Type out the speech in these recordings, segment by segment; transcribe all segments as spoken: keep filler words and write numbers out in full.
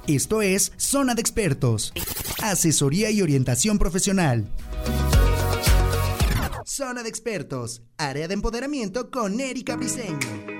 Esto es Zona de Expertos, asesoría y orientación profesional. Zona de Expertos, área de empoderamiento con Erika Briceño.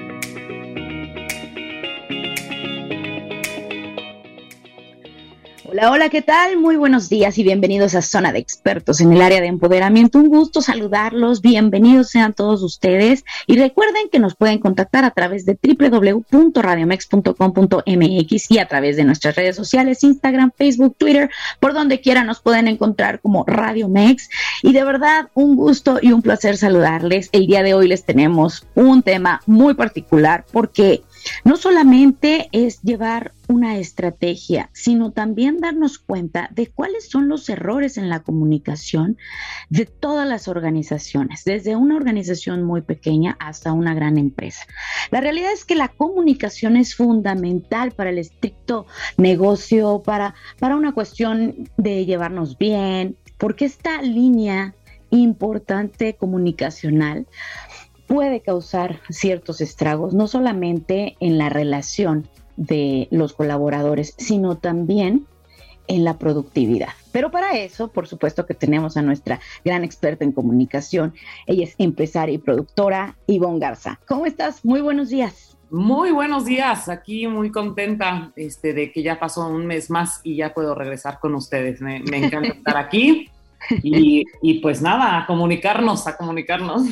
Hola, hola, ¿qué tal? Muy buenos días y bienvenidos a Zona de Expertos en el área de empoderamiento. Un gusto saludarlos, bienvenidos sean todos ustedes y recuerden que nos pueden contactar a través de doble u doble u doble u punto radiomex punto com punto eme equis y a través de nuestras redes sociales, Instagram, Facebook, Twitter, por donde quiera nos pueden encontrar como Radio Mex. Y de verdad, un gusto y un placer saludarles. El día de hoy les tenemos un tema muy particular porque no solamente es llevar una estrategia, sino también darnos cuenta de cuáles son los errores en la comunicación de todas las organizaciones, desde una organización muy pequeña hasta una gran empresa. La realidad es que la comunicación es fundamental para el estricto negocio, para, para una cuestión de llevarnos bien, porque esta línea importante comunicacional puede causar ciertos estragos, no solamente en la relación de los colaboradores, sino también en la productividad. Pero para eso, por supuesto que tenemos a nuestra gran experta en comunicación. Ella es empresaria y productora, Ivonne Garza. ¿Cómo estás? Muy buenos días. Muy buenos días, aquí muy contenta este, de que ya pasó un mes más y ya puedo regresar con ustedes. Me, me encanta estar aquí y, y pues nada, a comunicarnos, a comunicarnos.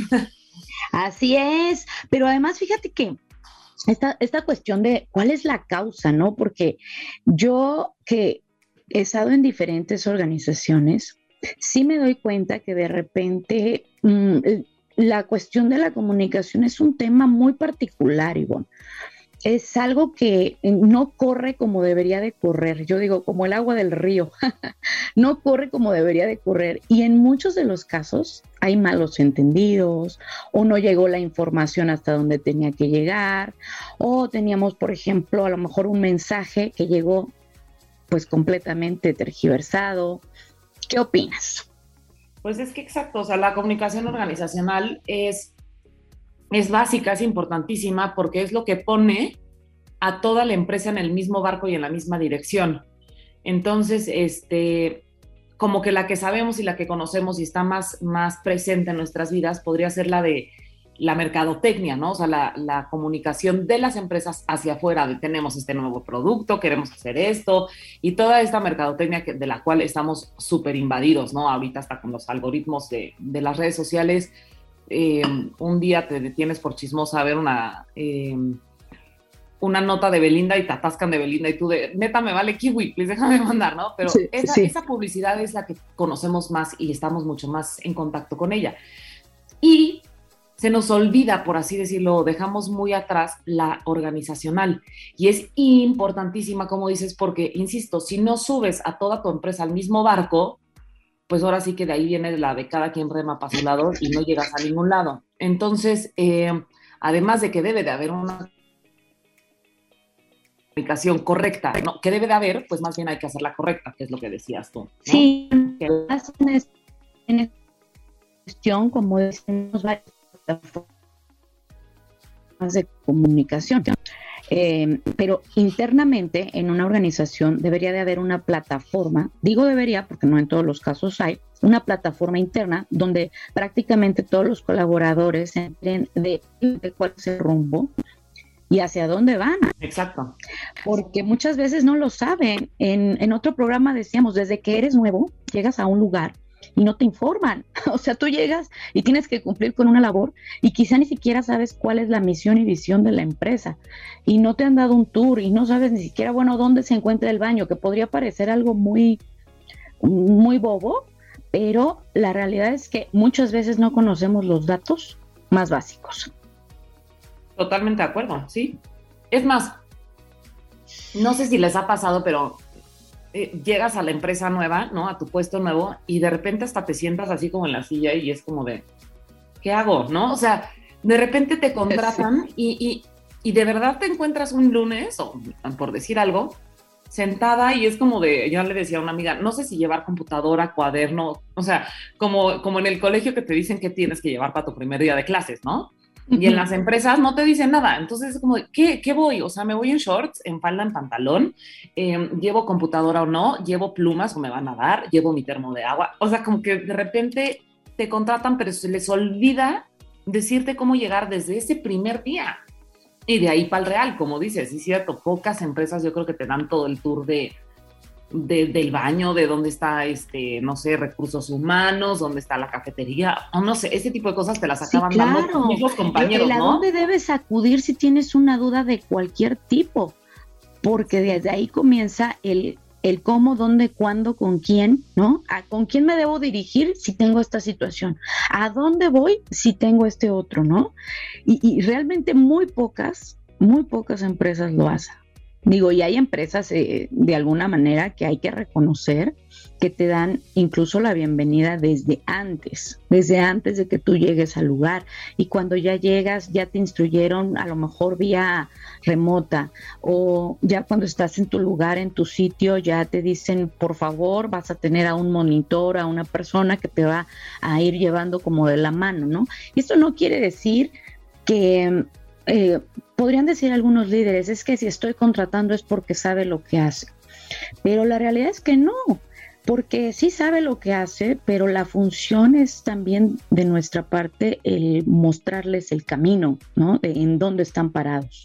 Así es, pero además fíjate que esta, esta cuestión de cuál es la causa, ¿no? Porque yo que he estado en diferentes organizaciones, sí me doy cuenta que de repente mmm, la cuestión de la comunicación es un tema muy particular, Ivonne. Es algo que no corre como debería de correr. Yo digo, como el agua del río, no corre como debería de correr. Y en muchos de los casos hay malos entendidos, o no llegó la información hasta donde tenía que llegar, o teníamos, por ejemplo, a lo mejor un mensaje que llegó pues completamente tergiversado. ¿Qué opinas? Pues es que exacto, o sea, la comunicación organizacional es... es básica, es importantísima porque es lo que pone a toda la empresa en el mismo barco y en la misma dirección. Entonces, este, como que la que sabemos y la que conocemos y está más, más presente en nuestras vidas podría ser la de la mercadotecnia, ¿no? O sea, la, la comunicación de las empresas hacia afuera, de tenemos este nuevo producto, queremos hacer esto, y toda esta mercadotecnia que, de la cual estamos súper invadidos, ¿no? Ahorita hasta con los algoritmos de, de las redes sociales. Eh, un día te detienes por chismosa a ver una, eh, una nota de Belinda y te atascan de Belinda y tú de, neta me vale kiwi, please déjame mandar, ¿no? Pero sí, esa, sí. esa publicidad es la que conocemos más y estamos mucho más en contacto con ella. Y se nos olvida, por así decirlo, dejamos muy atrás la organizacional. Y es importantísima, como dices, porque, insisto, si no subes a toda tu empresa al mismo barco, pues ahora sí que de ahí viene la de cada quien rema para su lado y no llegas a ningún lado. Entonces, eh, además de que debe de haber una comunicación correcta, ¿no? Que debe de haber, pues más bien hay que hacerla correcta, que es lo que decías tú, ¿no? Sí, que en cuestión, como decimos, varias plataformas de comunicación. Eh, pero internamente en una organización debería de haber una plataforma, digo debería porque no en todos los casos hay, una plataforma interna donde prácticamente todos los colaboradores entren de, de cuál es el rumbo y hacia dónde van. Exacto. Porque muchas veces no lo saben. En, en otro programa decíamos, desde que eres nuevo, llegas a un lugar y no te informan. O sea, tú llegas y tienes que cumplir con una labor y quizá ni siquiera sabes cuál es la misión y visión de la empresa y no te han dado un tour y no sabes ni siquiera, bueno, dónde se encuentra el baño, que podría parecer algo muy, muy bobo, pero la realidad es que muchas veces no conocemos los datos más básicos. Totalmente de acuerdo, sí. Es más, no sé si les ha pasado, pero Eh, llegas a la empresa nueva, ¿no? A tu puesto nuevo y de repente hasta te sientas así como en la silla y es como de, ¿qué hago? ¿No? O sea, de repente te contratan sí. y, y, y de verdad te encuentras un lunes, o por decir algo, sentada y es como de, yo le decía a una amiga, no sé si llevar computadora, cuaderno, o sea, como, como en el colegio que te dicen que tienes que llevar para tu primer día de clases, ¿no? Y en las empresas no te dicen nada. Entonces es como, ¿qué, qué voy? O sea, me voy en shorts, en falda, en pantalón, eh, llevo computadora o no, llevo plumas o me van a dar, llevo mi termo de agua. O sea, como que de repente te contratan, pero se les olvida decirte cómo llegar desde ese primer día. Y de ahí para el real, como dices, es cierto, pocas empresas yo creo que te dan todo el tour de de, del baño, de dónde está, este, no sé, recursos humanos, dónde está la cafetería, o no sé, ese tipo de cosas te las acaban sí, claro. dando tus mismos compañeros, el, el ¿no? ¿A dónde debes acudir si tienes una duda de cualquier tipo? Porque desde ahí comienza el, el cómo, dónde, cuándo, con quién, ¿no? ¿A con quién me debo dirigir si tengo esta situación? ¿A dónde voy si tengo este otro, no? Y, y realmente muy pocas, muy pocas empresas lo hacen. Digo, y hay empresas eh, de alguna manera que hay que reconocer que te dan incluso la bienvenida desde antes, desde antes de que tú llegues al lugar. Y cuando ya llegas, ya te instruyeron a lo mejor vía remota, o ya cuando estás en tu lugar, en tu sitio, ya te dicen, por favor, vas a tener a un monitor, a una persona que te va a ir llevando como de la mano, ¿no? Y esto no quiere decir que... Eh, podrían decir algunos líderes, es que si estoy contratando es porque sabe lo que hace, pero la realidad es que no, porque sí sabe lo que hace, pero la función es también de nuestra parte el mostrarles el camino, ¿no? De en dónde están parados.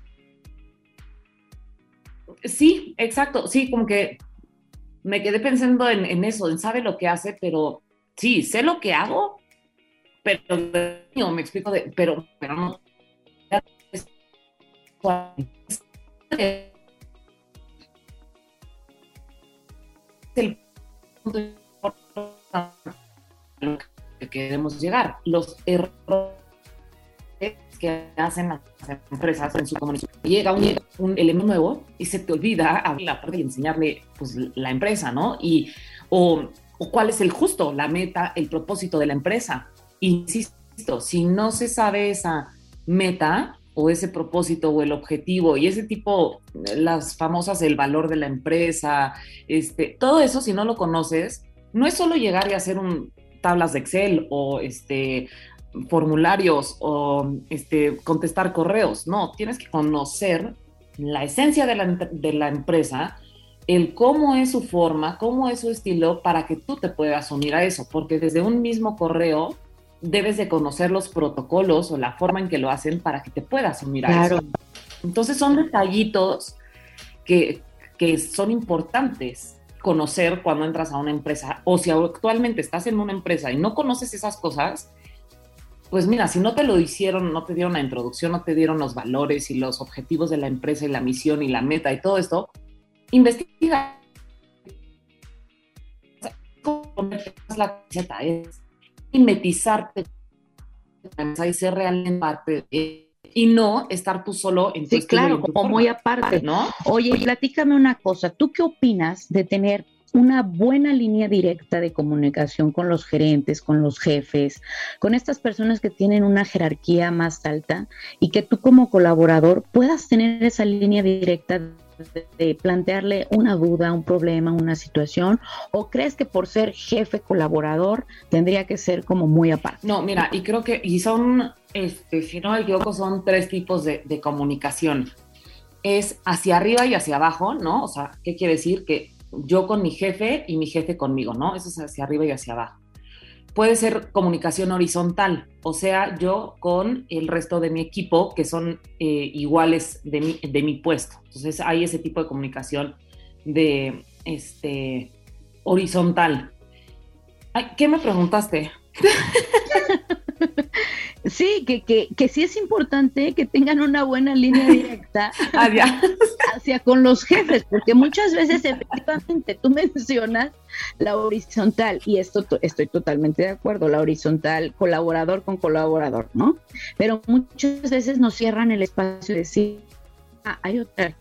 Sí, exacto, sí, como que me quedé pensando en, en eso, en sabe lo que hace, pero sí, sé lo que hago, pero no, me explico, de, pero, pero no. El punto que queremos llegar, los errores que hacen las empresas en su comunicación. Llega un, un elemento nuevo y se te olvida hablar y enseñarle pues, la empresa, ¿no? Y, o, o cuál es el justo, la meta, el propósito de la empresa. Insisto, si no se sabe esa meta o ese propósito o el objetivo y ese tipo, las famosas, el valor de la empresa, este, todo eso, si no lo conoces, no es solo llegar y hacer un, tablas de Excel o este, formularios o este, contestar correos, no, tienes que conocer la esencia de la, de la empresa, el cómo es su forma, cómo es su estilo, para que tú te puedas unir a eso, porque desde un mismo correo debes de conocer los protocolos o la forma en que lo hacen para que te puedas unir a claro. eso. Entonces son detallitos que, que son importantes conocer cuando entras a una empresa, o si actualmente estás en una empresa y no conoces esas cosas, pues mira, si no te lo hicieron, no te dieron la introducción, no te dieron los valores y los objetivos de la empresa y la misión y la meta y todo esto, investiga. La receta es mimetizarte y ser realmente parte de, y no estar tú solo en tu sí, claro, como forma, muy aparte, ¿no? Oye, platícame una cosa, ¿tú qué opinas de tener una buena línea directa de comunicación con los gerentes, con los jefes, con estas personas que tienen una jerarquía más alta y que tú como colaborador puedas tener esa línea directa de, de plantearle una duda, un problema, una situación? ¿O crees que por ser jefe colaborador tendría que ser como muy aparte? No, mira, y creo que, y son, este, si no me equivoco, son tres tipos de, de comunicación. Es hacia arriba y hacia abajo, ¿no? O sea, ¿qué quiere decir? Que yo con mi jefe y mi jefe conmigo, ¿no? Eso es hacia arriba y hacia abajo. Puede ser comunicación horizontal, o sea, yo con el resto de mi equipo que son eh, iguales de mi, de mi puesto. Entonces hay ese tipo de comunicación de este, horizontal. Ay, ¿qué me preguntaste? Sí, que, que, que sí es importante que tengan una buena línea directa hacia, hacia con los jefes, porque muchas veces efectivamente tú mencionas la horizontal, y esto to, estoy totalmente de acuerdo, la horizontal, colaborador con colaborador, ¿no? Pero muchas veces nos cierran el espacio de decir, ah, hay otra.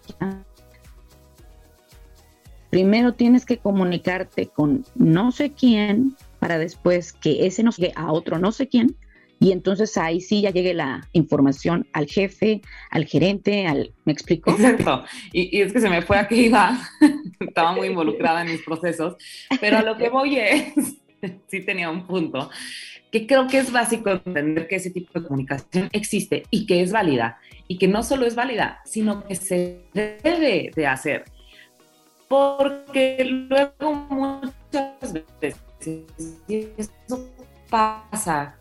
Primero tienes que comunicarte con no sé quién, para después que ese no llegue a otro no sé quién, y entonces ahí sí ya llegue la información al jefe, al gerente, al... ¿Me explico? Exacto. Y, y es que se me fue a que iba, estaba muy involucrada en mis procesos, pero a lo que voy es, sí tenía un punto, que creo que es básico entender que ese tipo de comunicación existe y que es válida, y que no solo es válida, sino que se debe de hacer. Porque luego muchas veces, si eso pasa,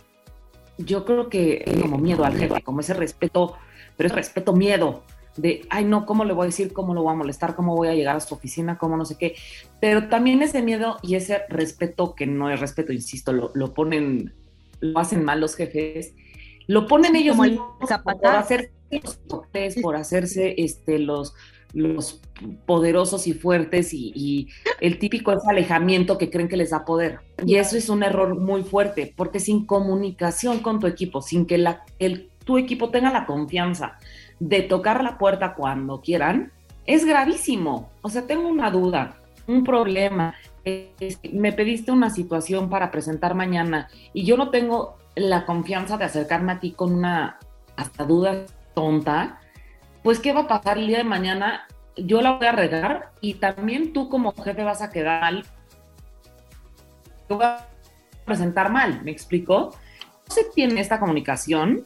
yo creo que es como miedo al jefe, como ese respeto, pero es respeto miedo, de, ay no, ¿cómo le voy a decir? ¿Cómo lo voy a molestar? ¿Cómo voy a llegar a su oficina? ¿Cómo no sé qué? Pero también ese miedo y ese respeto, que no es respeto, insisto, lo, lo ponen, lo hacen mal los jefes, lo ponen ellos como el mismos por capataz. hacerse los toques, por hacerse este, los, los poderosos y fuertes, y, y el típico es alejamiento que creen que les da poder. Y eso es un error muy fuerte, porque sin comunicación con tu equipo, sin que la, el, tu equipo tenga la confianza de tocar la puerta cuando quieran, es gravísimo. O sea, tengo una duda, un problema, eh, me pediste una situación para presentar mañana y yo no tengo la confianza de acercarme a ti con una hasta duda tonta, pues ¿qué va a pasar el día de mañana? Yo la voy a regar y también tú como jefe vas a quedar mal, yo voy a presentar mal, ¿me explico? No se tiene esta comunicación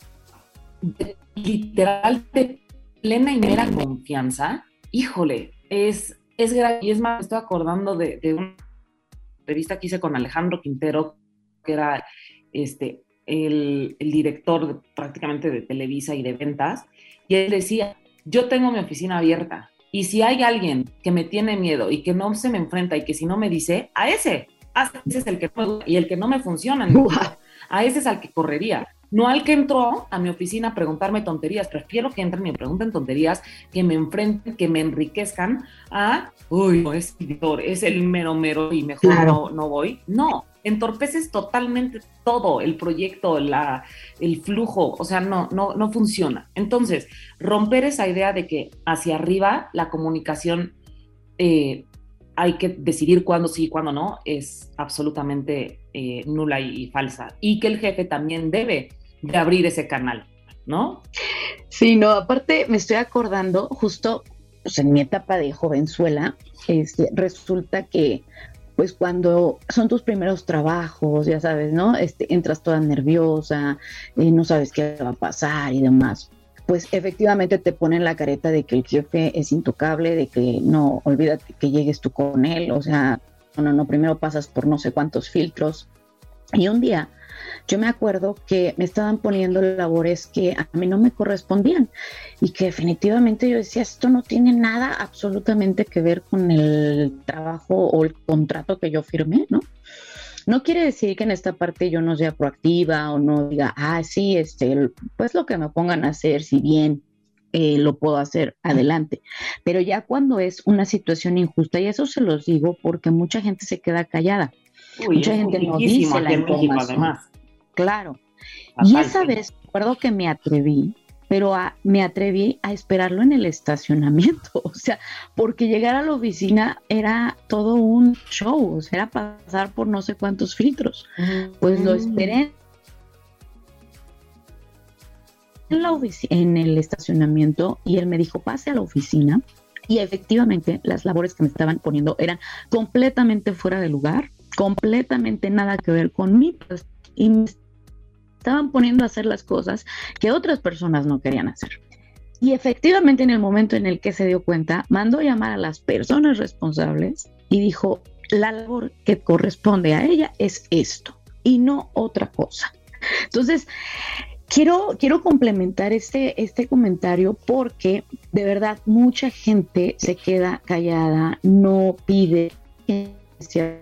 de, literal de plena y mera confianza. Híjole, es, es grave. Y es más, me estoy acordando de, de una entrevista que hice con Alejandro Quintero, que era este, el, el director de, prácticamente de Televisa y de ventas, y él decía, yo tengo mi oficina abierta, y si hay alguien que me tiene miedo y que no se me enfrenta y que si no me dice, a ese, a ese es el que no, y el que no me funciona, ¿no? A ese es al que correría. No al que entró a mi oficina a preguntarme tonterías. Prefiero que entren y me pregunten tonterías, que me enfrenten, que me enriquezcan, a, uy, no, es editor, es el mero mero y mejor claro. no, no voy. No, entorpeces totalmente todo, el proyecto, la, el flujo, o sea, no, no, no funciona. Entonces, romper esa idea de que hacia arriba la comunicación eh, hay que decidir cuándo sí y cuándo no, es absolutamente eh, nula y, y falsa. Y que el jefe también debe de abrir ese canal, ¿no? Sí, no, aparte me estoy acordando, justo pues, en mi etapa de jovenzuela, este, resulta que pues cuando son tus primeros trabajos, ya sabes, ¿no? Este, entras toda nerviosa, eh, no sabes qué va a pasar y demás. Pues efectivamente te ponen la careta de que el jefe es intocable, de que no, olvídate que llegues tú con él, o sea, no, no, no, primero pasas por no sé cuántos filtros. Y un día yo me acuerdo que me estaban poniendo labores que a mí no me correspondían y que definitivamente yo decía, esto no tiene nada absolutamente que ver con el trabajo o el contrato que yo firmé, ¿no? No quiere decir que en esta parte yo no sea proactiva o no diga, ah, sí, este, pues lo que me pongan a hacer, si bien eh, lo puedo hacer, adelante. Pero ya cuando es una situación injusta, y eso se los digo porque mucha gente se queda callada. Uy, mucha gente no dice la información. Además. Claro. Aparte. Y esa vez, recuerdo que me atreví, pero a, me atreví a esperarlo en el estacionamiento, o sea, porque llegar a la oficina era todo un show, o sea, era pasar por no sé cuántos filtros. Mm. Pues lo esperé en, la ofici- en el estacionamiento y él me dijo, pase a la oficina, y efectivamente las labores que me estaban poniendo eran completamente fuera de lugar, completamente nada que ver con mí, pues, y me estaban poniendo a hacer las cosas que otras personas no querían hacer. Y efectivamente en el momento en el que se dio cuenta, mandó llamar a las personas responsables y dijo, la labor que corresponde a ella es esto y no otra cosa. Entonces, quiero, quiero complementar este, este comentario porque de verdad mucha gente se queda callada, no pide que sea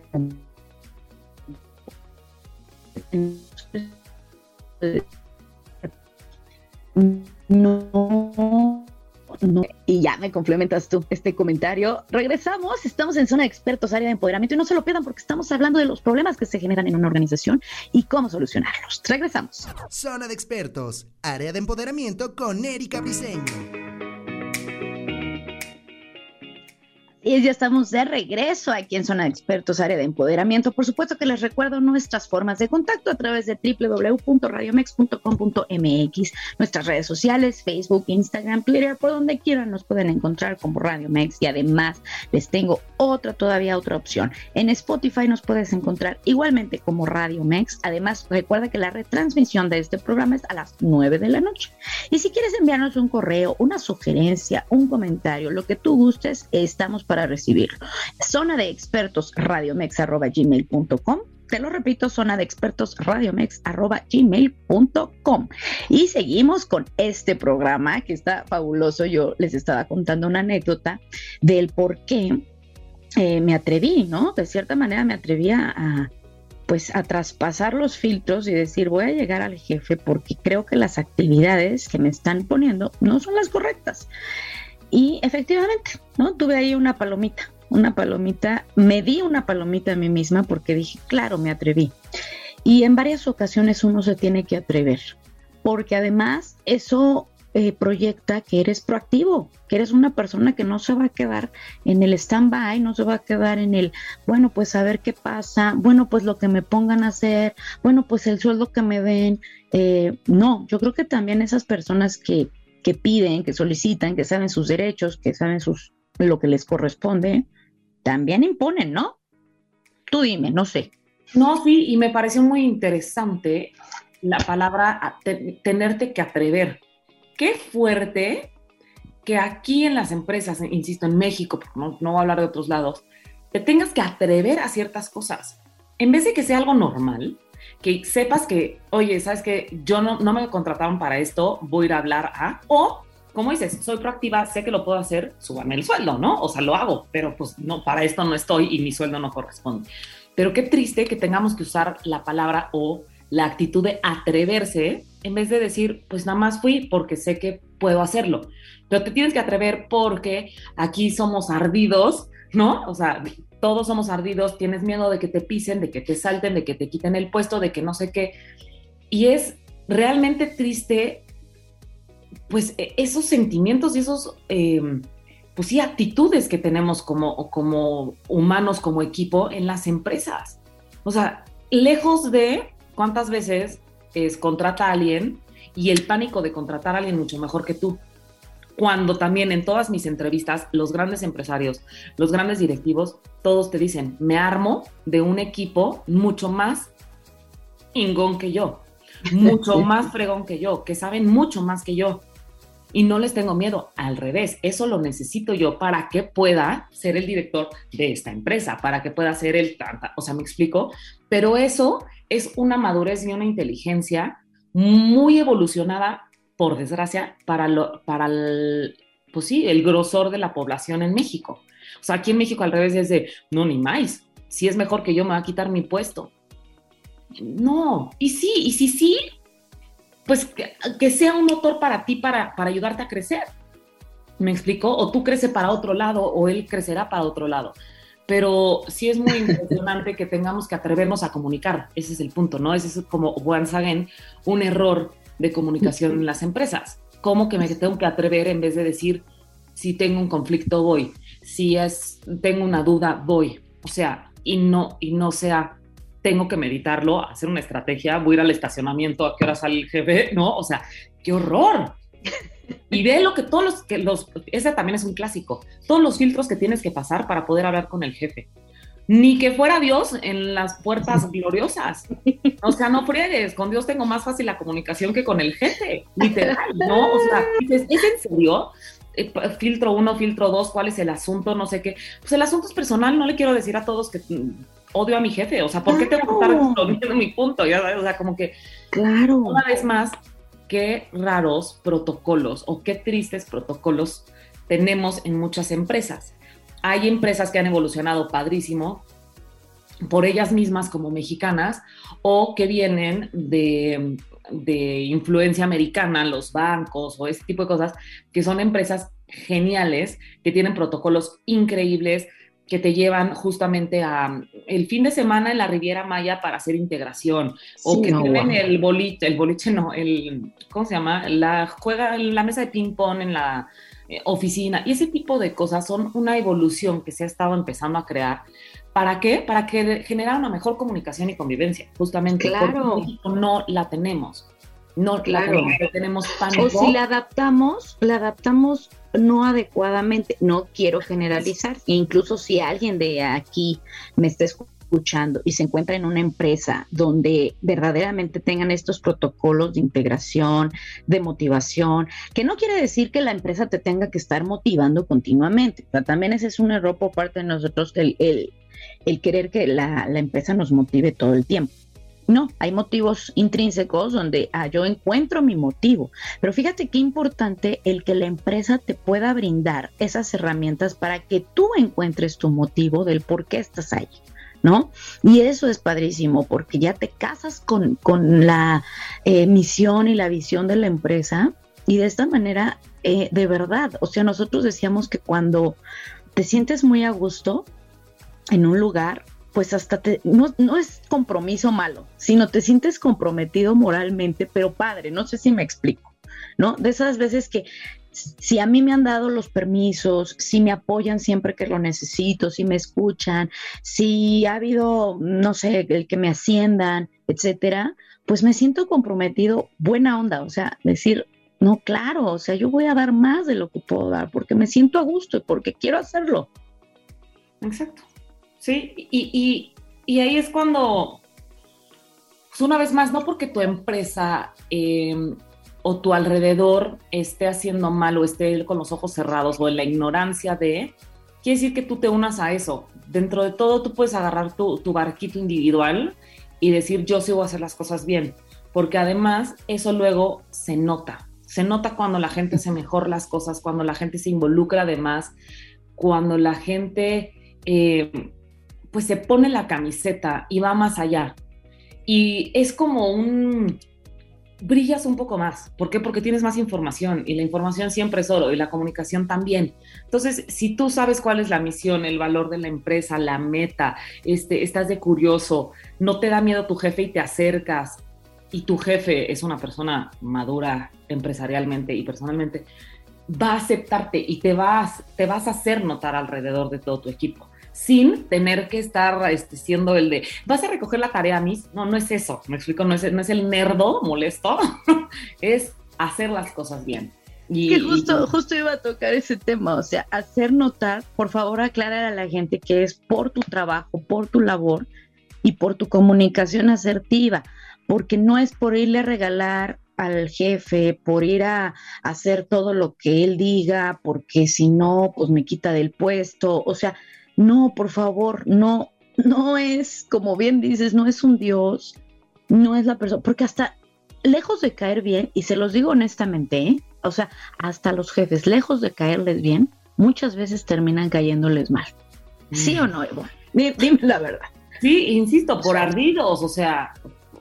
No, no. Y ya me complementas tú este comentario. Regresamos, estamos en Zona de Expertos, área de empoderamiento, y no se lo pierdan porque estamos hablando de los problemas que se generan en una organización y cómo solucionarlos. Regresamos. Zona de Expertos, área de empoderamiento con Erika Briceño. Y ya estamos de regreso aquí en Zona de Expertos, área de empoderamiento. Por supuesto que les recuerdo nuestras formas de contacto a través de doble u doble u doble u punto radiomex punto com punto m x, nuestras redes sociales, Facebook, Instagram, Twitter, por donde quieran nos pueden encontrar como Radiomex. Y además les tengo otra, todavía otra opción. En Spotify nos puedes encontrar igualmente como Radiomex. Además, recuerda que la retransmisión de este programa es a las nueve de la noche. Y si quieres enviarnos un correo, una sugerencia, un comentario, lo que tú gustes, estamos para recibirlo. Zona de expertos radiomex arroba gmail punto com. Te lo repito, zona de expertos radiomex arroba gmail punto com. Y seguimos con este programa que está fabuloso. Yo les estaba contando una anécdota del por qué eh, me atreví, ¿no? De cierta manera me atreví a, a pues a traspasar los filtros y decir, voy a llegar al jefe porque creo que las actividades que me están poniendo no son las correctas. Y efectivamente, ¿no? Tuve ahí una palomita, una palomita, me di una palomita a mí misma porque dije, claro, me atreví. Y en varias ocasiones uno se tiene que atrever, porque además eso eh, proyecta que eres proactivo, que eres una persona que no se va a quedar en el stand-by, no se va a quedar en el, bueno, pues a ver qué pasa, bueno, pues lo que me pongan a hacer, bueno, pues el sueldo que me den. Eh, no, yo creo que también esas personas que que piden, que solicitan, que saben sus derechos, que saben sus lo que les corresponde, también imponen, ¿no? Tú dime, no sé. No, sí, y me pareció muy interesante la palabra te, tenerte que atrever. Qué fuerte que aquí en las empresas, insisto, en México, porque no, no voy a hablar de otros lados, te tengas que atrever a ciertas cosas. En vez de que sea algo normal, que sepas que, oye, ¿sabes qué? Yo no, no me contrataron para esto, voy a ir a hablar a... O, como dices, soy proactiva, sé que lo puedo hacer, súbame el sueldo, ¿no? O sea, lo hago, pero pues no, para esto no estoy y mi sueldo no corresponde. Pero qué triste que tengamos que usar la palabra o la actitud de atreverse en vez de decir, pues nada más fui porque sé que puedo hacerlo. Pero te tienes que atrever porque aquí somos ardidos, ¿no? O sea... Todos somos ardidos, tienes miedo de que te pisen, de que te salten, de que te quiten el puesto, de que no sé qué. Y es realmente triste, pues, esos sentimientos y esos, eh, pues sí, actitudes que tenemos como, como humanos, como equipo en las empresas. O sea, lejos de cuántas veces es contrata a alguien y el pánico de contratar a alguien mucho mejor que tú. Cuando también en todas mis entrevistas, los grandes empresarios, los grandes directivos, todos te dicen, me armo de un equipo mucho más ingón que yo, mucho más fregón que yo, que saben mucho más que yo. Y no les tengo miedo, al revés, eso lo necesito yo para que pueda ser el director de esta empresa, para que pueda ser el tanta, o sea, ¿me explico? Pero eso es una madurez y una inteligencia muy evolucionada, por desgracia, para, lo, para el, pues sí, el grosor de la población en México. O sea, aquí en México al revés es de, no, ni más, si es mejor que yo me va a quitar mi puesto. No, y sí, y sí, sí, pues que, que sea un motor para ti, para, para ayudarte a crecer. ¿Me explico? O tú creces para otro lado, o él crecerá para otro lado. Pero sí es muy impresionante que tengamos que atrevernos a comunicar. Ese es el punto, ¿no? Ese es como, once again, un error de comunicación en las empresas. ¿Cómo que me tengo que atrever en vez de decir, si tengo un conflicto, voy? Si es, tengo una duda, voy. O sea, y no, y no sea, tengo que meditarlo, hacer una estrategia, voy a ir al estacionamiento, a qué hora sale el jefe, ¿no? O sea, ¡qué horror! Y ve lo que todos los, que los, ese también es un clásico, todos los filtros que tienes que pasar para poder hablar con el jefe. Ni que fuera Dios en las puertas gloriosas. O sea, no friegues, con Dios tengo más fácil la comunicación que con el jefe, literal, ¿no? O sea, dices, ¿es en serio? Eh, filtro uno, filtro dos, ¿cuál es el asunto? No sé qué. Pues el asunto es personal, no le quiero decir a todos que mm, odio a mi jefe, o sea, ¿por qué tengo que estar exponiendo mi punto? Ya sabes, o sea, como que, claro, una vez más, qué raros protocolos o qué tristes protocolos tenemos en muchas empresas. Hay empresas que han evolucionado padrísimo por ellas mismas como mexicanas o que vienen de, de influencia americana, los bancos o ese tipo de cosas, que son empresas geniales, que tienen protocolos increíbles, que te llevan justamente a el fin de semana en la Riviera Maya para hacer integración, sí, o que no, tienen wow. el boliche, el boliche no, el, ¿cómo se llama? La juega en la mesa de ping pong en la eh, oficina, y ese tipo de cosas son una evolución que se ha estado empezando a crear. ¿Para qué? Para que generar una mejor comunicación y convivencia, justamente. Claro. Porque no la tenemos. No, claro. La tenemos, tenemos pánico. O si la adaptamos, la adaptamos no adecuadamente. No quiero generalizar. Incluso si alguien de aquí me está escuchando y se encuentra en una empresa donde verdaderamente tengan estos protocolos de integración, de motivación, que no quiere decir que la empresa te tenga que estar motivando continuamente. O sea, también ese es un error por parte de nosotros, el, el, el querer que la, la empresa nos motive todo el tiempo. No, hay motivos intrínsecos donde ah, yo encuentro mi motivo, pero fíjate qué importante el que la empresa te pueda brindar esas herramientas para que tú encuentres tu motivo del por qué estás ahí, ¿no? Y eso es padrísimo porque ya te casas con, con la eh, misión y la visión de la empresa y de esta manera, eh, de verdad, o sea, nosotros decíamos que cuando te sientes muy a gusto en un lugar, pues hasta te, no, no es compromiso malo, sino te sientes comprometido moralmente, pero padre, no sé si me explico, ¿no? De esas veces que si a mí me han dado los permisos, si me apoyan siempre que lo necesito, si me escuchan, si ha habido, no sé, el que me asciendan, etcétera, pues me siento comprometido, buena onda, o sea, decir, no, claro, o sea, yo voy a dar más de lo que puedo dar porque me siento a gusto y porque quiero hacerlo. Exacto. Sí, y, y, y ahí es cuando, pues una vez más, no porque tu empresa eh, o tu alrededor esté haciendo mal o esté con los ojos cerrados o en la ignorancia de, quiere decir que tú te unas a eso. Dentro de todo tú puedes agarrar tu, tu barquito individual y decir yo sí voy a hacer las cosas bien, porque además eso luego se nota. Se nota cuando la gente hace mejor las cosas, cuando la gente se involucra además, cuando la gente... Eh, pues se pone la camiseta y va más allá. Y es como un... brillas un poco más. ¿Por qué? Porque tienes más información y la información siempre es oro y la comunicación también. Entonces, si tú sabes cuál es la misión, el valor de la empresa, la meta, este, estás de curioso, no te da miedo tu jefe y te acercas, y tu jefe es una persona madura empresarialmente y personalmente, va a aceptarte y te vas, te vas a hacer notar alrededor de todo tu equipo, sin tener que estar este, siendo el de, ¿vas a recoger la tarea, Miss? No, no es eso, me explico, no es, no es el nerdo molesto, es hacer las cosas bien. Y, que justo, y... justo iba a tocar ese tema, o sea, hacer notar, por favor aclarar a la gente que es por tu trabajo, por tu labor y por tu comunicación asertiva, porque no es por irle a regalar al jefe, por ir a hacer todo lo que él diga, porque si no, pues me quita del puesto, o sea, no, por favor, no, no es, como bien dices, no es un dios, no es la persona, porque hasta lejos de caer bien, y se los digo honestamente, ¿eh? O sea, hasta los jefes, lejos de caerles bien, muchas veces terminan cayéndoles mal. ¿Sí mm. o no, Evo? Dime, dime la verdad. Sí, insisto, por ardidos, o sea,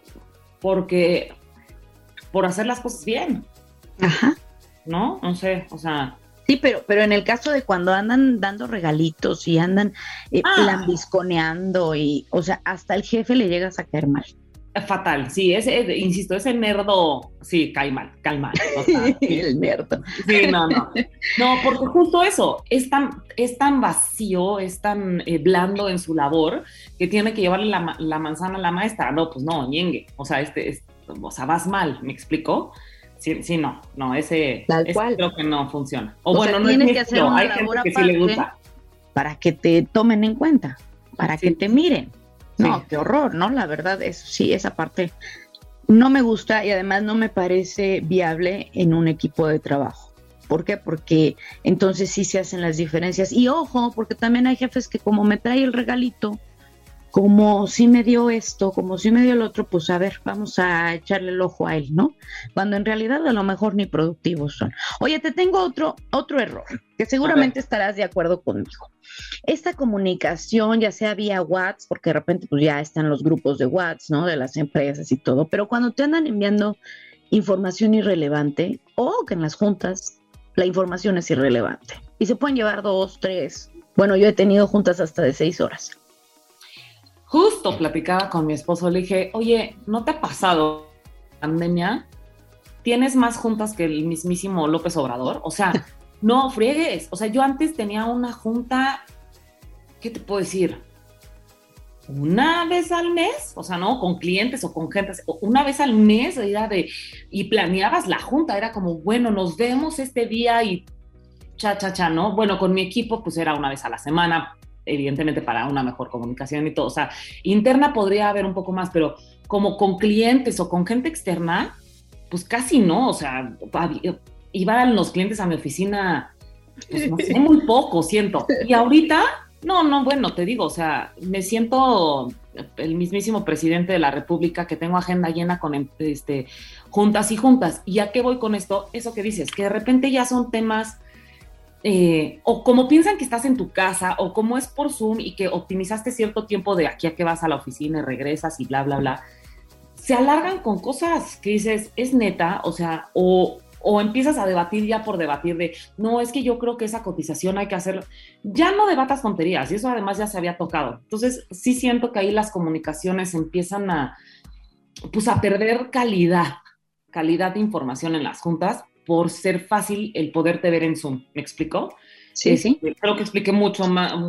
porque, por hacer las cosas bien. Ajá. ¿No? No sé, o sea... Sí, pero, pero en el caso de cuando andan dando regalitos y andan eh, ah. lambisconeando y, o sea, hasta el jefe le llegas a caer mal. Fatal, sí, ese, insisto, ese nerdo, sí, cae mal, cae mal. O sea, sí. El nerdo. Sí, no, no. No, porque justo eso, es tan, es tan vacío, es tan eh, blando en su labor, que tiene que llevarle la, la manzana a la maestra. No, pues no, ñengue. O sea, este, es, o sea, vas mal, ¿me explico? Sí, sí, no, no, ese, Tal ese cual. creo que no funciona. O, o bueno, sea, no tienes es que hacer una hay labor gente que sí le gusta. Para que te tomen en cuenta, para sí. que te miren. No, sí. Qué horror, ¿no? La verdad, es, sí, esa parte no me gusta y además no me parece viable en un equipo de trabajo. ¿Por qué? Porque entonces sí se hacen las diferencias. Y ojo, porque también hay jefes que como me trae el regalito, como si me dio esto, como si me dio el otro, pues a ver, vamos a echarle el ojo a él, ¿no? Cuando en realidad a lo mejor ni productivos son. Oye, te tengo otro, otro error, que seguramente estarás de acuerdo conmigo. Esta comunicación, ya sea vía WhatsApp, porque de repente pues ya están los grupos de WhatsApp, ¿no? De las empresas y todo, pero cuando te andan enviando información irrelevante, o que en las juntas la información es irrelevante, y se pueden llevar dos, tres, bueno, yo he tenido juntas hasta de seis horas. Justo platicaba con mi esposo, le dije, oye, ¿no te ha pasado pandemia? ¿Tienes más juntas que el mismísimo López Obrador? O sea, No, friegues. O sea, yo antes tenía una junta, ¿qué te puedo decir? Una vez al mes, o sea, no, con clientes o con gente, una vez al mes, era de, y planeabas la junta, era como, bueno, nos vemos este día y cha, cha, cha, ¿no? Bueno, con mi equipo, pues era una vez a la semana, evidentemente para una mejor comunicación y todo, o sea, interna podría haber un poco más, pero como con clientes o con gente externa, pues casi no, o sea, iban los clientes a mi oficina, pues no sé, muy poco, siento, y ahorita... No, no, bueno, te digo, o sea, me siento el mismísimo presidente de la República, que tengo agenda llena con este, juntas y juntas. ¿Y a qué voy con esto? Eso que dices, que de repente ya son temas, eh, o como piensan que estás en tu casa, o como es por Zoom y que optimizaste cierto tiempo de aquí a que vas a la oficina y regresas y bla, bla, bla, se alargan con cosas que dices, es neta, o sea, o... o empiezas a debatir ya por debatir de, no, es que yo creo que esa cotización hay que hacerlo. Ya no debatas tonterías, y eso además ya se había tocado. Entonces, sí siento que ahí las comunicaciones empiezan a, pues a perder calidad, calidad de información en las juntas, por ser fácil el poderte ver en Zoom. ¿Me explicó? Sí, este, sí. Creo que expliqué mucho,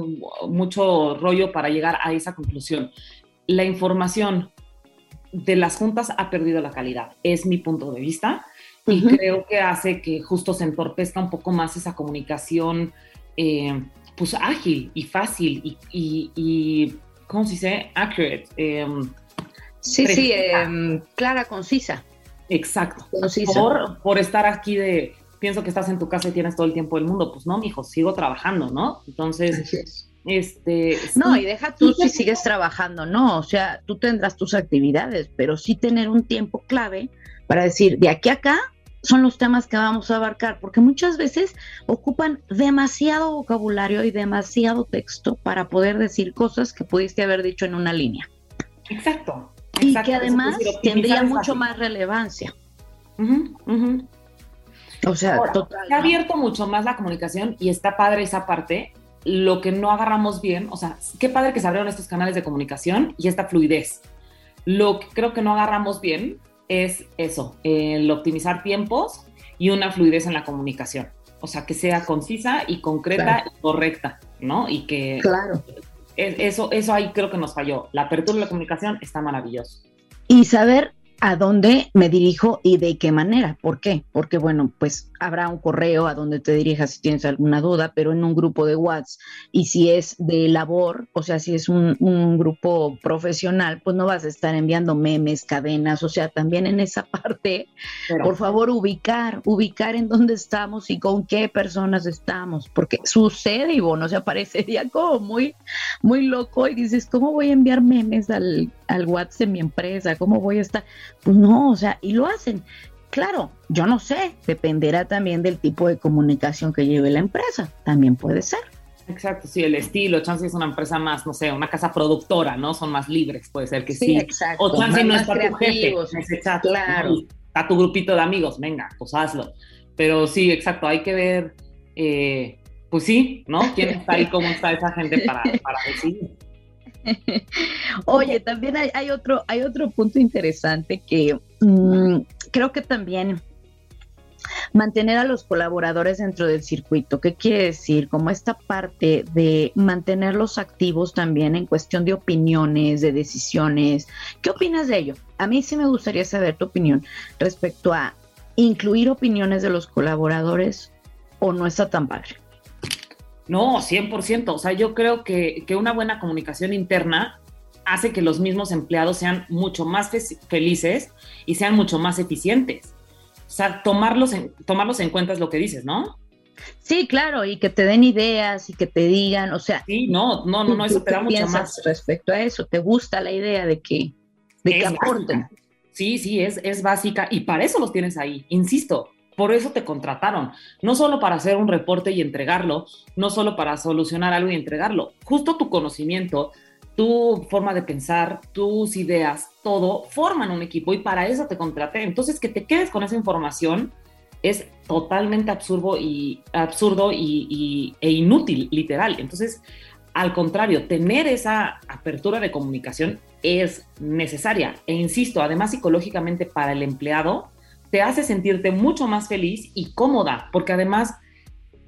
mucho rollo para llegar a esa conclusión. La información de las juntas ha perdido la calidad, es mi punto de vista. Y uh-huh. creo que hace que justo se entorpezca un poco más esa comunicación, eh, pues ágil y fácil y, y, y ¿cómo se dice? Accurate. Eh, sí, precisa. sí, eh, clara, concisa. Exacto. Concisa. Por, por estar aquí de, pienso que estás en tu casa y tienes todo el tiempo del mundo. Pues no, mijo, sigo trabajando, ¿no? Entonces... Este, no, sí, y deja tú si sigues trabajando, no, o sea, tú tendrás tus actividades, pero sí tener un tiempo clave para decir, de aquí a acá son los temas que vamos a abarcar, porque muchas veces ocupan demasiado vocabulario y demasiado texto para poder decir cosas que pudiste haber dicho en una línea. Exacto. Y exacto, que además tendría mucho fácil. más relevancia. Uh-huh, uh-huh. O sea, Ahora, total. Se ha ¿no? abierto mucho más la comunicación y está padre esa parte. Lo que no agarramos bien, o sea, qué padre que se abrieron estos canales de comunicación y esta fluidez. Lo que creo que no agarramos bien es eso, el optimizar tiempos y una fluidez en la comunicación. O sea, que sea concisa y concreta claro. y correcta, ¿no? Y que claro. eso, eso ahí creo que nos falló. La apertura de la comunicación está maravilloso. Y saber a dónde me dirijo y de qué manera. ¿Por qué? Porque, bueno, pues habrá un correo a donde te dirijas si tienes alguna duda, pero en un grupo de WhatsApp, y si es de labor, o sea, si es un, un grupo profesional, pues no vas a estar enviando memes, cadenas, o sea, también en esa parte, pero, por favor, ubicar, ubicar en dónde estamos y con qué personas estamos, porque sucede, Ivonne, o sea, parecería como muy, muy loco y dices, ¿cómo voy a enviar memes al, al WhatsApp de mi empresa? ¿Cómo voy a estar? Pues no, o sea, y lo hacen. Claro, yo no sé, dependerá también del tipo de comunicación que lleve la empresa, también puede ser. Exacto, sí, el estilo, chance es una empresa más, no sé, una casa productora, ¿no? Son más libres, puede ser que sí. Sí, exacto. O chance no está tu jefe en ese chat, claro. ¿no? Está tu grupito de amigos, venga, pues hazlo. Pero sí, exacto, hay que ver, eh, pues sí, ¿no? ¿Quién está ahí, cómo está esa gente para, para decidir? Oye, también hay, hay otro hay otro punto interesante que mmm, creo que también mantener a los colaboradores dentro del circuito. ¿Qué quiere decir? Como esta parte de mantenerlos activos también en cuestión de opiniones, de decisiones. ¿Qué opinas de ello? A mí sí me gustaría saber tu opinión respecto a incluir opiniones de los colaboradores o no está tan padre. No, cien por ciento. O sea, yo creo que, que una buena comunicación interna hace que los mismos empleados sean mucho más fe- felices y sean mucho más eficientes. O sea, tomarlos en, tomarlos en cuenta es lo que dices, ¿no? Sí, claro, y que te den ideas y que te digan, o sea... Sí, no, no, no, no eso te da mucho más. Respecto a eso, ¿te gusta la idea de que, de que aporten? Básica. Sí, sí, es, es básica y para eso los tienes ahí, insisto. Por eso te contrataron, no solo para hacer un reporte y entregarlo, no solo para solucionar algo y entregarlo, justo tu conocimiento, tu forma de pensar, tus ideas, todo forman un equipo y para eso te contraté. Entonces, que te quedes con esa información es totalmente absurdo y, absurdo y, y, e inútil, literal. Entonces, al contrario, tener esa apertura de comunicación es necesaria e insisto, además psicológicamente para el empleado, te hace sentirte mucho más feliz y cómoda, porque además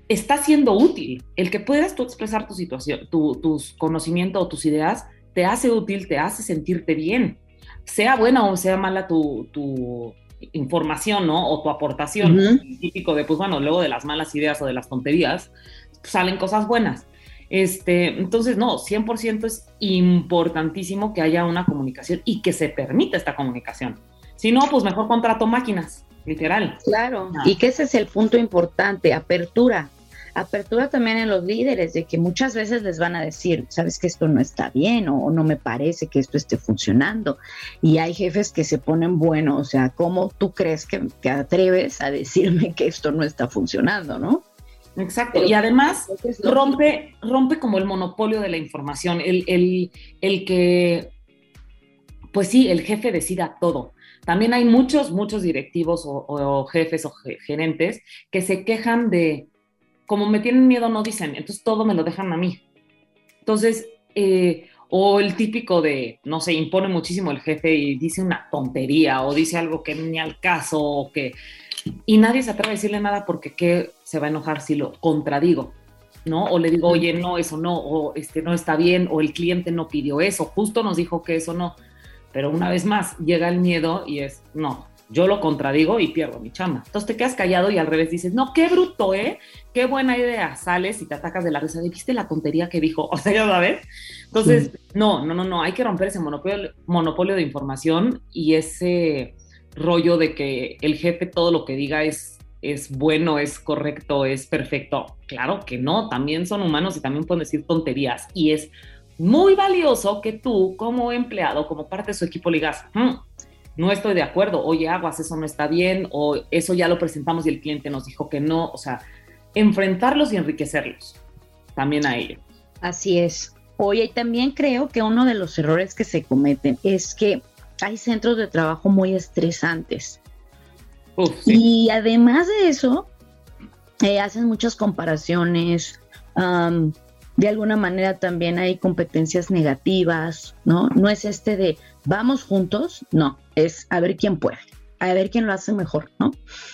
está siendo útil. El que puedas tú expresar tu situación, tu, tus conocimientos o tus ideas, te hace útil, te hace sentirte bien. Sea buena o sea mala tu, tu información, ¿no? O tu aportación. Ujú. Típico de, pues bueno, luego de las malas ideas o de las tonterías, pues, salen cosas buenas. Este, entonces, no, cien por ciento es importantísimo que haya una comunicación y que se permita esta comunicación. Si no, pues mejor contrato máquinas, literal. Claro, Ah. y que ese es el punto importante, apertura. Apertura también en los líderes, de que muchas veces les van a decir, sabes que esto no está bien o, o no me parece que esto esté funcionando. Y hay jefes que se ponen, bueno, o sea, ¿cómo tú crees que te atreves a decirme que esto no está funcionando, no? Exacto, Pero, y además es lo rompe, rompe como el monopolio de la información, el, el, el que, pues sí, el jefe decida todo. También hay muchos, muchos directivos o, o jefes o ge- gerentes que se quejan de, como me tienen miedo, no dicen, entonces todo me lo dejan a mí. Entonces, eh, o el típico de, no sé, impone muchísimo el jefe y dice una tontería o dice algo que ni al caso o que y nadie se atreve a decirle nada porque ¿qué se va a enojar si lo contradigo? ¿No? O le digo, oye, no, eso no, o este no está bien, o el cliente no pidió eso, justo nos dijo que eso no. Pero una vez más, llega el miedo y es, no, yo lo contradigo y pierdo mi chamba. Entonces te quedas callado y al revés dices, no, qué bruto, ¿eh? Qué buena idea. Sales y te atacas de la risa de, ¿viste la tontería que dijo? O sea, ya sabes. Entonces, sí. no, no, no, no, hay que romper ese monopolio, monopolio de información y ese rollo de que el jefe todo lo que diga es, es bueno, es correcto, es perfecto. Claro que no, también son humanos y también pueden decir tonterías y es muy valioso que tú como empleado, como parte de su equipo le digas, hm, no estoy de acuerdo, oye, aguas, eso no está bien, o eso ya lo presentamos y el cliente nos dijo que no, o sea, enfrentarlos y enriquecerlos también a ellos. Así es. Oye, y también creo que uno de los errores que se cometen es que hay centros de trabajo muy estresantes. Uf, sí. Y además de eso, eh, hacen muchas comparaciones, um, de alguna manera también hay competencias negativas, ¿no? No es este de vamos juntos, no, es a ver quién puede, a ver quién lo hace mejor, ¿no?